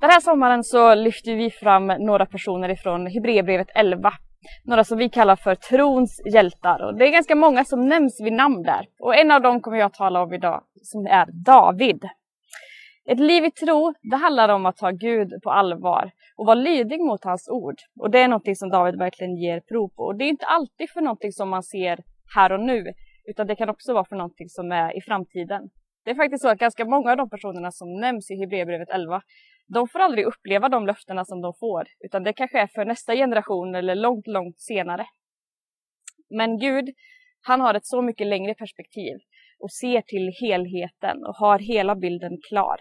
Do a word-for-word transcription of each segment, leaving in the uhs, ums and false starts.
Den här sommaren så lyfter vi fram några personer ifrån Hebreerbrevet elva. Några som vi kallar för trons hjältar. Och det är ganska många som nämns vid namn där. Och en av dem kommer jag att tala om idag, som är David. Ett liv i tro, det handlar om att ta Gud på allvar och vara lydig mot hans ord. Och det är något som David verkligen ger prov på. Och det är inte alltid för något som man ser här och nu, utan det kan också vara för något som är i framtiden. Det är faktiskt så att ganska många av de personerna som nämns i Hebreerbrevet elva, de får aldrig uppleva de löftena som de får, utan det kanske är för nästa generation eller långt, långt senare. Men Gud, han har ett så mycket längre perspektiv och ser till helheten och har hela bilden klar.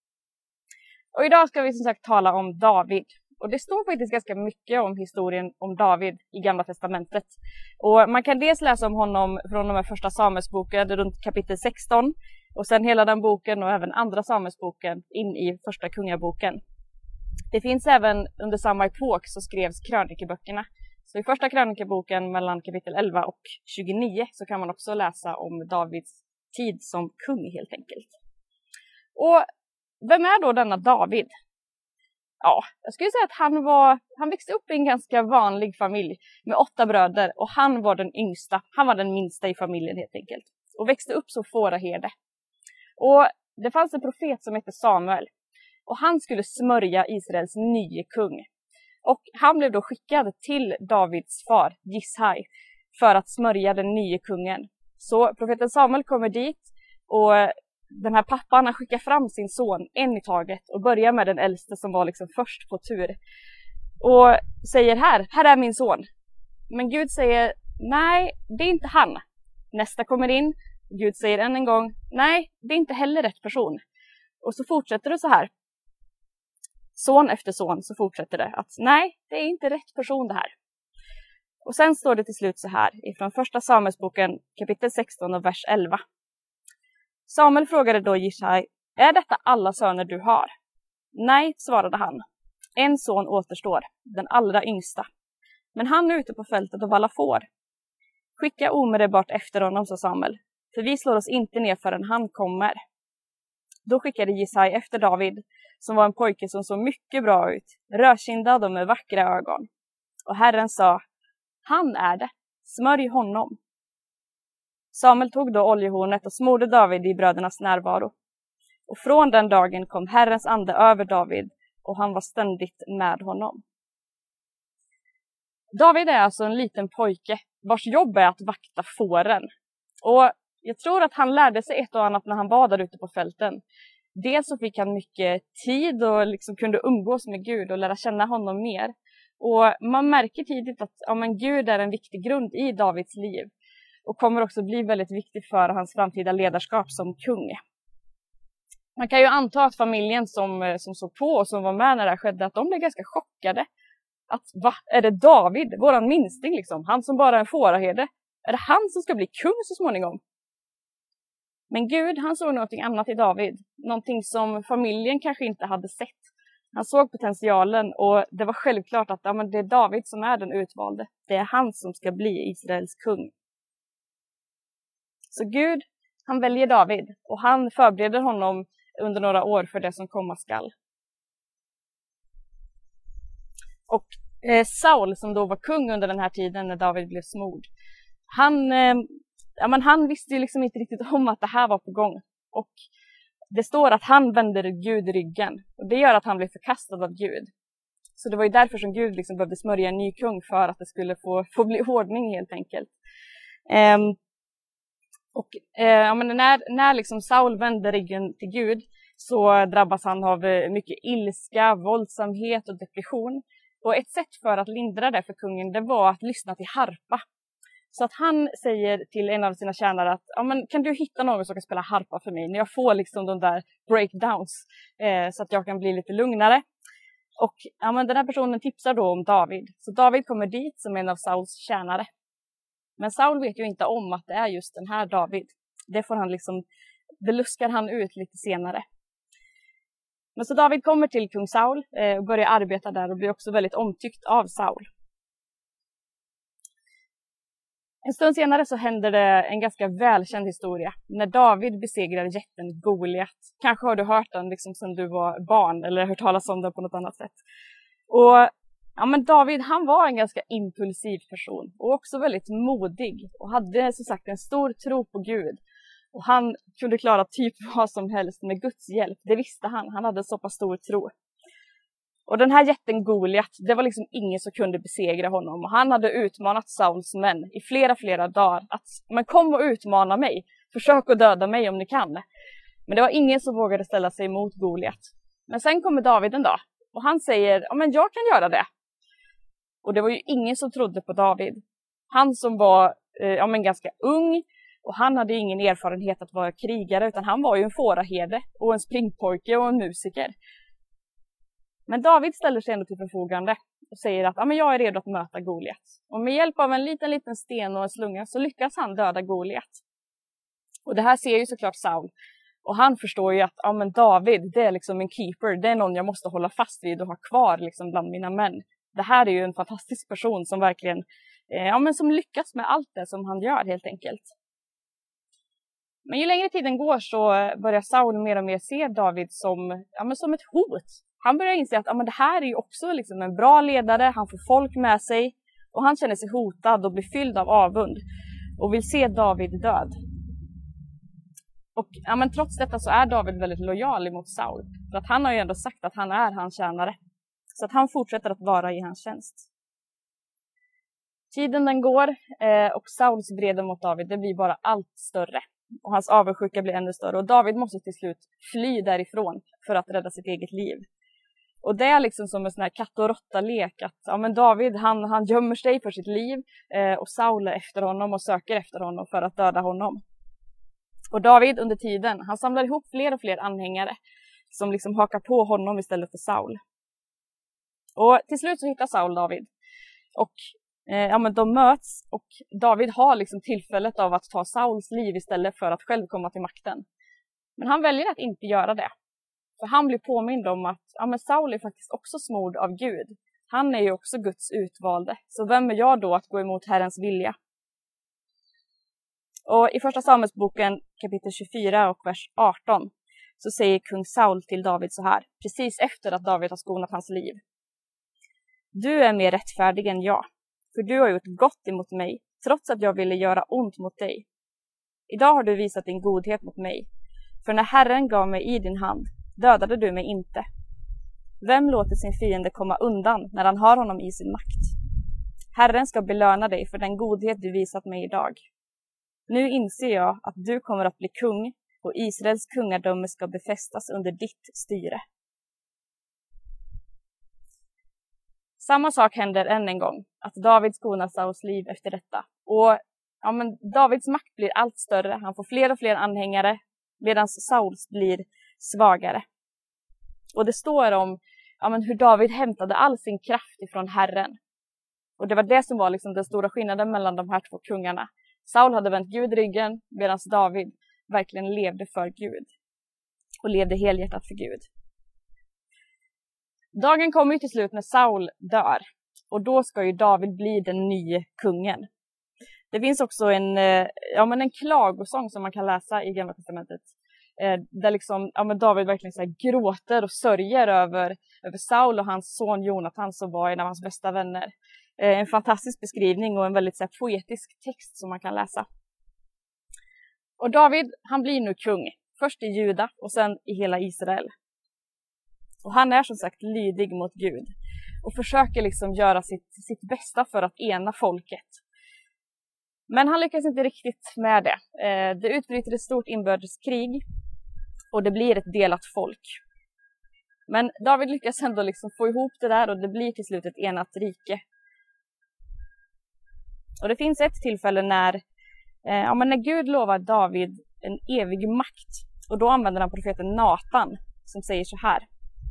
Och idag ska vi som sagt tala om David. Och det står faktiskt ganska mycket om historien om David i Gamla testamentet. Och man kan dels läsa om honom från de här första Samuelsboken runt kapitel sexton. Och sen hela den boken och även andra Samuelsboken in i första kungaboken. Det finns även under samma epok så skrevs krönikeböckerna. Så i första krönikeboken mellan kapitel elva och tjugonio så kan man också läsa om Davids tid som kung helt enkelt. Och vem är då denna David? Ja, jag skulle säga att han var, han växte upp i en ganska vanlig familj med åtta bröder och han var den yngsta, han var den minsta i familjen helt enkelt. Och växte upp som fåraherde. Och det fanns en profet som hette Samuel och han skulle smörja Israels nye kung. Och han blev då skickad till Davids far, Jishai, för att smörja den nye kungen. Så profeten Samuel kommer dit och den här pappan han skickar fram sin son en i taget och börjar med den äldste som var liksom först på tur. Och säger här, här är min son. Men Gud säger, nej det är inte han. Nästa kommer in, Gud säger än en gång, nej det är inte heller rätt person. Och så fortsätter det så här. Son efter son så fortsätter det att nej det är inte rätt person det här. Och sen står det till slut så här ifrån första Samuelsboken kapitel sexton och vers elva. Samuel frågade då Jishai, är detta alla söner du har? Nej, svarade han. En son återstår, den allra yngsta. Men han är ute på fältet och vallar får. Skicka omedelbart efter honom, sa Samuel. För vi slår oss inte ner förrän han kommer. Då skickade Jishai efter David, som var en pojke som såg mycket bra ut. Rödkindad och med vackra ögon. Och Herren sa, han är det, smörj honom. Samuel tog då oljehornet och smorde David i brödernas närvaro. Och från den dagen kom Herrens ande över David och han var ständigt med honom. David är alltså en liten pojke vars jobb är att vakta fåren. Och jag tror att han lärde sig ett och annat när han var där ute på fälten. Dels så fick han mycket tid och liksom kunde umgås med Gud och lära känna honom mer. Och man märker tidigt att ja, men Gud är en viktig grund i Davids liv. Och kommer också bli väldigt viktig för hans framtida ledarskap som kung. Man kan ju anta att familjen som, som såg på och som var med när det här skedde, att de blev ganska chockade. Att va, är det David, våran minsting liksom, han som bara är en fåraherde? Är det han som ska bli kung så småningom? Men Gud, han såg någonting annat i David. Någonting som familjen kanske inte hade sett. Han såg potentialen och det var självklart att ja, men det är David som är den utvalde. Det är han som ska bli Israels kung. Så Gud, han väljer David och han förbereder honom under några år för det som komma skall. Och eh, Saul som då var kung under den här tiden när David blev smord. Han, eh, ja, men han visste ju liksom inte riktigt om att det här var på gång. Och det står att han vänder Gud ryggen. Och det gör att han blev förkastad av Gud. Så det var ju därför som Gud liksom behövde smörja en ny kung för att det skulle få, få bli ordning helt enkelt. Eh, Och eh, men när, när liksom Saul vänder ryggen till Gud så drabbas han av mycket ilska, våldsamhet och depression. Och ett sätt för att lindra det för kungen, det var att lyssna till harpa. Så att han säger till en av sina tjänare att ja, men kan du hitta någon som kan spela harpa för mig när jag får liksom de där breakdowns eh, så att jag kan bli lite lugnare. Och ja, men den här personen tipsar då om David. Så David kommer dit som en av Sauls tjänare. Men Saul vet ju inte om att det är just den här David. Det får han liksom, det luskar han ut lite senare. Men så David kommer till kung Saul eh, och börjar arbeta där och blir också väldigt omtyckt av Saul. En stund senare så händer det en ganska välkänd historia. När David besegrar jätten Goliat. Kanske har du hört den liksom som du var barn eller hört talas om den på något annat sätt. Och ja, men David, han var en ganska impulsiv person och också väldigt modig och hade som sagt en stor tro på Gud. Och han kunde klara typ vad som helst med Guds hjälp. Det visste han. Han hade så pass stor tro. Och den här jätten Goliat, det var liksom ingen som kunde besegra honom. Och han hade utmanat Sauls män i flera, flera dagar. Att man kom och utmana mig. Försök att döda mig om ni kan. Men det var ingen som vågade ställa sig emot Goliat. Men sen kommer David en dag. Och han säger, ja men jag kan göra det. Och det var ju ingen som trodde på David. Han som var eh, ja, men ganska ung. Och han hade ingen erfarenhet att vara krigare. Utan han var ju en fåraherde. Och en springpojke och en musiker. Men David ställer sig ändå till förfogande och säger att ja, men jag är redo att möta Goliat. Och med hjälp av en liten liten sten och en slunga så lyckas han döda Goliat. Och det här ser ju såklart Saul. Och han förstår ju att ja, men David, det är liksom en keeper. Det är någon jag måste hålla fast vid och ha kvar liksom bland mina män. Det här är ju en fantastisk person som verkligen eh, ja, men som lyckas med allt det som han gör helt enkelt. Men ju längre tiden går så börjar Saul mer och mer se David som, ja, men som ett hot. Han börjar inse att ja, men det här är ju också liksom en bra ledare, han får folk med sig och han känner sig hotad och blir fylld av avund och vill se David död. Och ja, men trots detta så är David väldigt lojal emot Saul, för att han har ju ändå sagt att han är hans tjänare. Så att han fortsätter att vara i hans tjänst. Tiden den går eh, och Sauls vrede mot David, det blir bara allt större. Och hans avundsjuka blir ännu större och David måste till slut fly därifrån för att rädda sitt eget liv. Och det är liksom som en sån här katt och råtta-lek att ja, men David han, han gömmer sig för sitt liv eh, och Saul är efter honom och söker efter honom för att döda honom. Och David under tiden, han samlar ihop fler och fler anhängare som liksom hakar på honom istället för Saul. Och till slut så hittar Saul David och eh, ja, men de möts och David har liksom tillfället av att ta Sauls liv istället för att själv komma till makten. Men han väljer att inte göra det. För han blir påmind om att ja, men Saul är faktiskt också smord av Gud. Han är ju också Guds utvalde. Så vem är jag då att gå emot Herrens vilja? Och i första Samuelsboken kapitel tjugofyra och vers arton så säger kung Saul till David så här. Precis efter att David har skonat hans liv. Du är mer rättfärdig än jag. För du har gjort gott emot mig. Trots att jag ville göra ont mot dig. Idag har du visat din godhet mot mig. För när Herren gav mig i din hand dödade du mig inte. Vem låter sin fiende komma undan när han har honom i sin makt? Herren ska belöna dig för den godhet du visat mig idag. Nu inser jag att du kommer att bli kung och Israels kungadöme ska befästas under ditt styre. Samma sak händer än en gång, att David skonar Sauls liv efter detta. Och ja, men Davids makt blir allt större, han får fler och fler anhängare medan Sauls blir svagare. Och det står om ja, men hur David hämtade all sin kraft ifrån Herren. Och det var det som var liksom den stora skillnaden mellan de här två kungarna. Saul hade vänt Gud ryggen medan David verkligen levde för Gud. Och levde helhjärtat för Gud. Dagen kommer ju till slut när Saul dör. Och då ska ju David bli den nya kungen. Det finns också en, ja, men en klagosång som man kan läsa i Gamla testamentet. Där liksom, ja, men David verkligen så här gråter och sörjer över, över Saul och hans son Jonatan som var en av hans bästa vänner. En fantastisk beskrivning och en väldigt så här poetisk text som man kan läsa. Och David, han blir nu kung. Först i Juda och sen i hela Israel. Och han är som sagt lydig mot Gud. Och försöker liksom göra sitt, sitt bästa för att ena folket. Men han lyckas inte riktigt med det. Det utbryter ett stort inbördeskrig. Och det blir ett delat folk. Men David lyckas ändå liksom få ihop det där och det blir till slut ett enat rike. Och det finns ett tillfälle när, eh, ja, men när Gud lovar David en evig makt. Och då använder han profeten Natan som säger så här.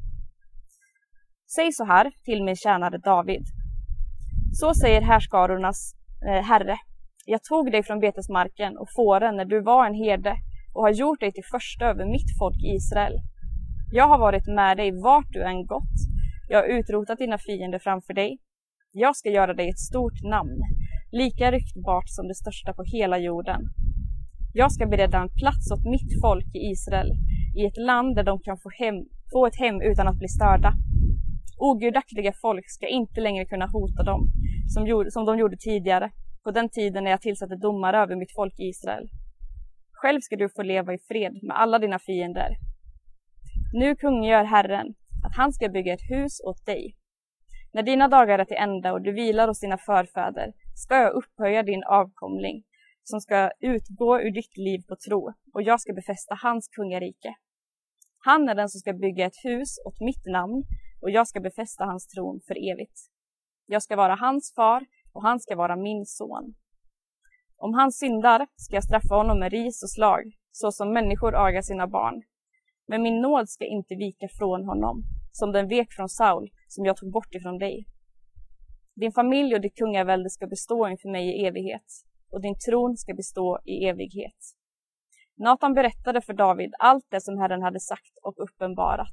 Säg så här till min tjänare David. Så säger härskarornas eh, herre. Jag tog dig från betesmarken och fåren när du var en herde och har gjort dig till första över mitt folk Israel. Jag har varit med dig vart du än gått. Jag har utrotat dina fiender framför dig. Jag ska göra dig ett stort namn. lika ryktbart som det största på hela jorden. Jag ska bereda en plats åt mitt folk i Israel, i ett land där de kan få, hem, få ett hem utan att bli störda. Ogudaktiga folk ska inte längre kunna hota dem, som, gjorde, som de gjorde tidigare, på den tiden när jag tillsatte domare över mitt folk i Israel. Själv ska du få leva i fred med alla dina fiender. Nu kungör Herren att han ska bygga ett hus åt dig. När dina dagar är till ända och du vilar hos dina förfäder ska jag upphöja din avkomling som ska utgå ur ditt liv på tro, och jag ska befästa hans kungarike. Han är den som ska bygga ett hus åt mitt namn, och jag ska befästa hans tron för evigt. Jag ska vara hans far och han ska vara min son. Om han syndar ska jag straffa honom med ris och slag, så som människor agar sina barn. Men min nåd ska inte vika från honom, som den vek från Saul, som jag tog bort ifrån dig. Din familj och ditt kungavälde ska bestå inför mig i evighet, och din tron ska bestå i evighet. Natan berättade för David allt det som Herren hade sagt och uppenbarat.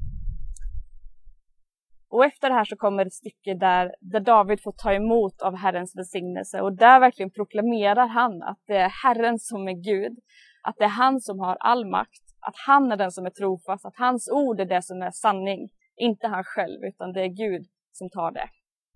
Och efter det här så kommer ett stycke där, där David får ta emot av Herrens välsignelse, och där verkligen proklamerar han att det är Herren som är Gud, att det är han som har all makt, att han är den som är trofast, att hans ord är det som är sanning, inte han själv, utan det är Gud som tar det.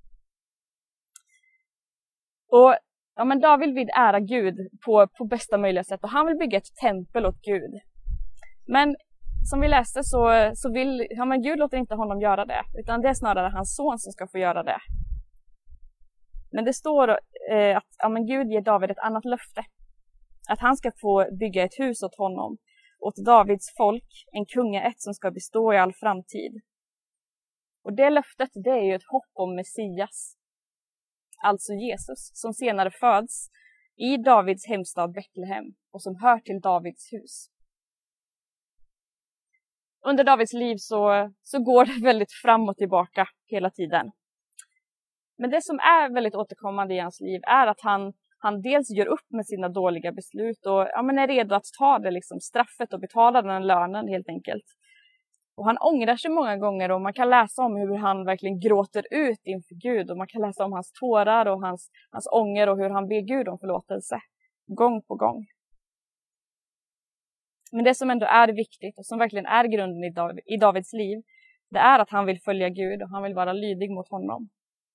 Och ja, men David vill ära Gud på, på bästa möjliga sätt, och han vill bygga ett tempel åt Gud. Men som vi läste så, så vill ja, men Gud låter inte honom göra det, utan det är snarare hans son som ska få göra det. Men det står eh, att ja, men Gud ger David ett annat löfte. Att han ska få bygga ett hus åt honom, åt Davids folk, en kungaätt som ska bestå i all framtid. Och det löftet, det är ju ett hopp om Messias, alltså Jesus, som senare föds i Davids hemstad Betlehem och som hör till Davids hus. Under Davids liv så, så går det väldigt fram och tillbaka hela tiden. Men det som är väldigt återkommande i hans liv är att han, han dels gör upp med sina dåliga beslut och ja, men är redo att ta det liksom, straffet och betala den lönen helt enkelt. Och han ångrar sig många gånger, och man kan läsa om hur han verkligen gråter ut inför Gud, och man kan läsa om hans tårar och hans, hans ånger och hur han ber Gud om förlåtelse gång på gång. Men det som ändå är viktigt och som verkligen är grunden i, Dav- i Davids liv, det är att han vill följa Gud och han vill vara lydig mot honom.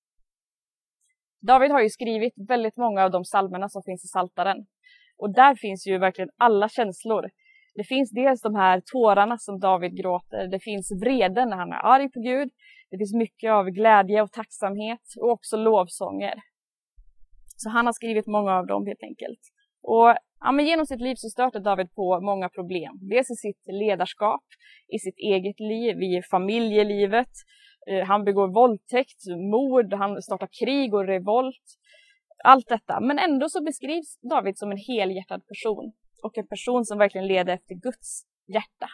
David har ju skrivit väldigt många av de psalmerna som finns i Psaltaren, och där finns ju verkligen alla känslor. Det finns dels de här tårarna som David gråter, det finns vreden när han är arg på Gud, det finns mycket av glädje och tacksamhet och också lovsånger. Så han har skrivit många av dem helt enkelt. Och ja, men genom sitt liv så stöter David på många problem. Dels i sitt ledarskap, i sitt eget liv, i familjelivet. Han begår våldtäkt, mord, han startar krig och revolt. Allt detta. Men ändå så beskrivs David som en helhjärtad person. Och en person som verkligen leder efter Guds hjärta.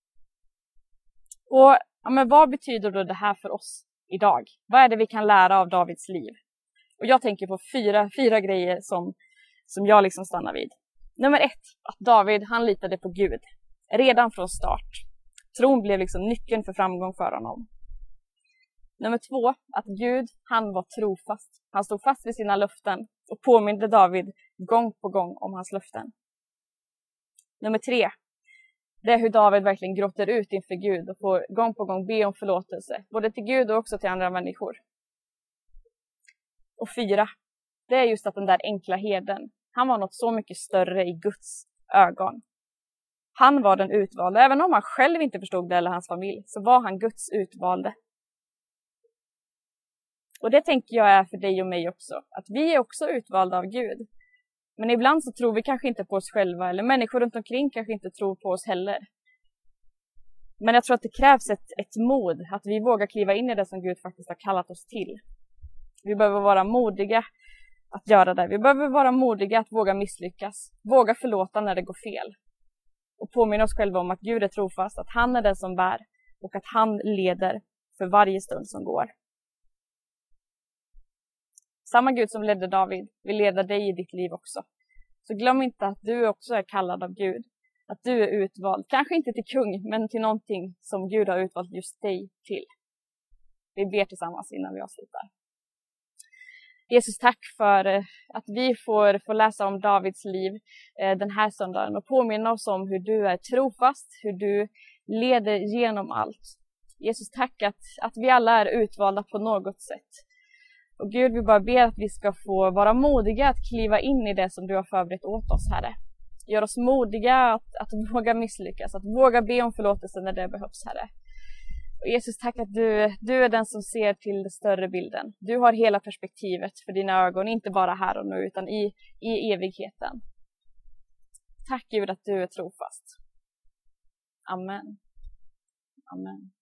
Och ja, men vad betyder då det här för oss idag? Vad är det vi kan lära av Davids liv? Och jag tänker på fyra, fyra grejer som, som jag liksom stannar vid. Nummer ett, att David han litade på Gud. Redan från start. Tron blev liksom nyckeln för framgång för honom. Nummer två, att Gud han var trofast. Han stod fast vid sina löften och påminde David gång på gång om hans löften. Nummer tre, det är hur David verkligen gråter ut inför Gud och får gång på gång be om förlåtelse. Både till Gud och också till andra människor. Och fyra, det är just att den där enkla herden, han var något så mycket större i Guds ögon. Han var den utvalde, även om han själv inte förstod det eller hans familj, så var han Guds utvalde. Och det tänker jag är för dig och mig också, att vi är också utvalda av Gud. Men ibland så tror vi kanske inte på oss själva, eller människor runt omkring kanske inte tror på oss heller. Men jag tror att det krävs ett, ett mod, att vi vågar kliva in i det som Gud faktiskt har kallat oss till. Vi behöver vara modiga att göra det. Vi behöver vara modiga att våga misslyckas, våga förlåta när det går fel. Och påminna oss själva om att Gud är trofast, att han är den som bär och att han leder för varje stund som går. Samma Gud som ledde David vill leda dig i ditt liv också. Så glöm inte att du också är kallad av Gud. Att du är utvald. Kanske inte till kung, men till någonting som Gud har utvalt just dig till. Vi ber tillsammans innan vi avslutar. Jesus, tack för att vi får, får läsa om Davids liv den här söndagen och påminna oss om hur du är trofast, hur du leder genom allt. Jesus, tack att, att vi alla är utvalda på något sätt. Och Gud, vi bara ber att vi ska få vara modiga att kliva in i det som du har förberett åt oss, Herre. Gör oss modiga att, att våga misslyckas, att våga be om förlåtelse när det behövs, Herre. Och Jesus, tack att du, du är den som ser till den större bilden. Du har hela perspektivet för dina ögon, inte bara här och nu utan i, i evigheten. Tack Gud att du är trofast. Amen. Amen.